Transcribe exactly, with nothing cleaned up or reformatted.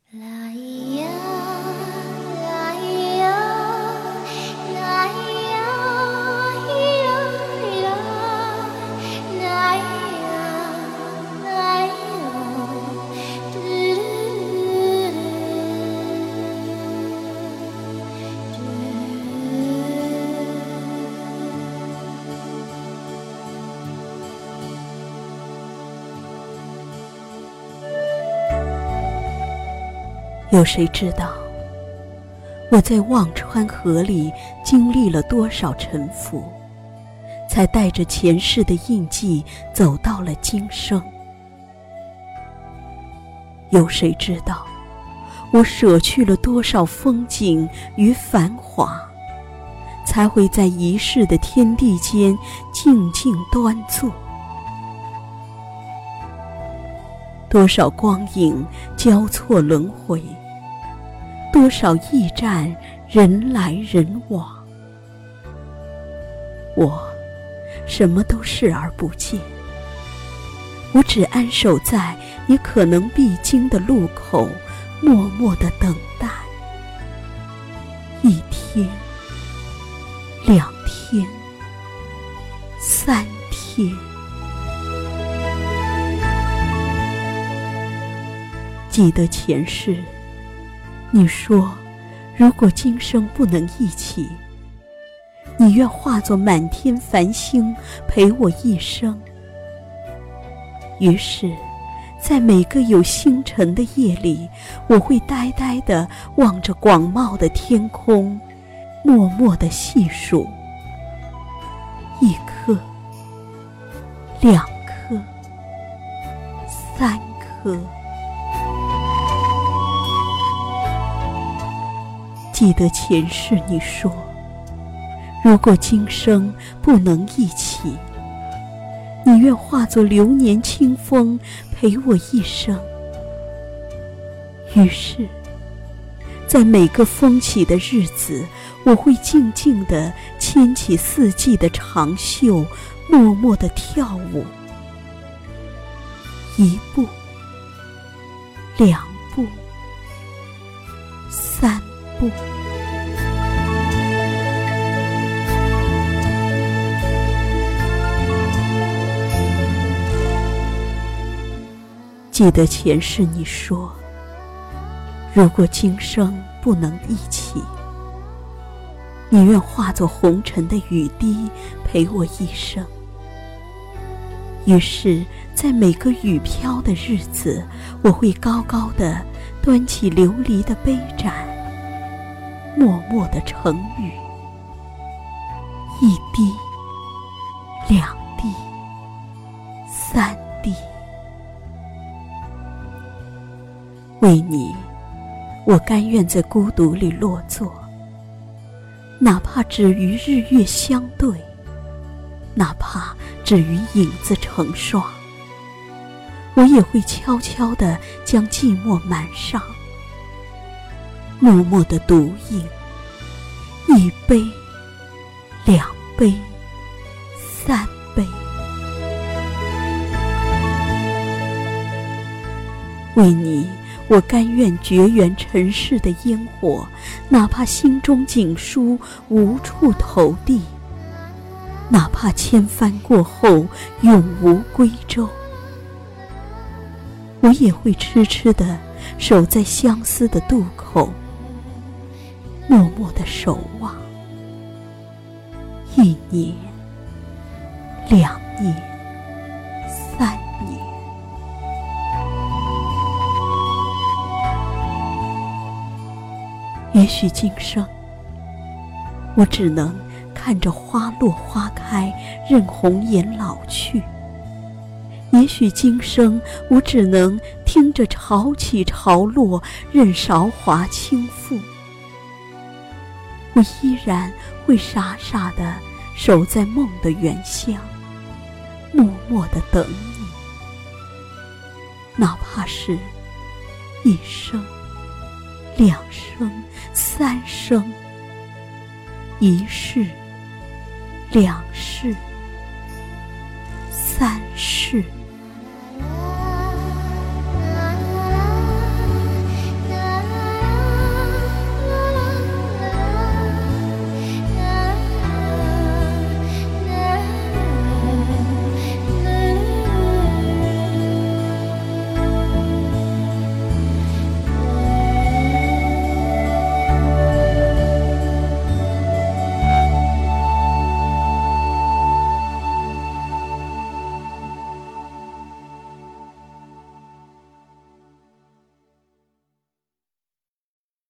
有谁知道我在忘川河里经历了多少沉浮，才带着前世的印记走到了今生？有谁知道我舍去了多少风景与繁华，才会在一世的天地间静静端坐？多少光影交错轮回，多少驿站人来人往，我什么都视而不见，我只安守在你可能必经的路口，默默地等待。一天，两天，三天。记得前世你说，如果今生不能一起，你愿化作满天繁星陪我一生。于是在每个有星辰的夜里，我会呆呆地望着广袤的天空，默默地细数，一颗，两颗，三颗。记得前世你说，如果今生不能一起，你愿化作流年清风陪我一生。于是在每个风起的日子，我会静静地牵起四季的长袖，默默地跳舞。一步，两步，三步。记得前世你说，如果今生不能一起，你愿化作红尘的雨滴陪我一生。于是在每个雨飘的日子，我会高高地端起琉璃的杯盏，默默地成雨。一滴，两滴，三滴。为你，我甘愿在孤独里落座，哪怕只与日月相对，哪怕只与影子成双，我也会悄悄地将寂寞满上，默默地独饮，一杯，两杯，三杯。为你，我甘愿绝缘尘世的烟火，哪怕心中锦书无处投递，哪怕千帆过后永无归舟，我也会痴痴地守在相思的渡口，默默地守望。一年，两年，三年。也许今生，我只能看着花落花开，任红颜老去；也许今生，我只能听着潮起潮落，任韶华倾覆。我依然会傻傻地守在梦的原乡，默默地等你，哪怕是一生，两生，三生，一世，两世，三世。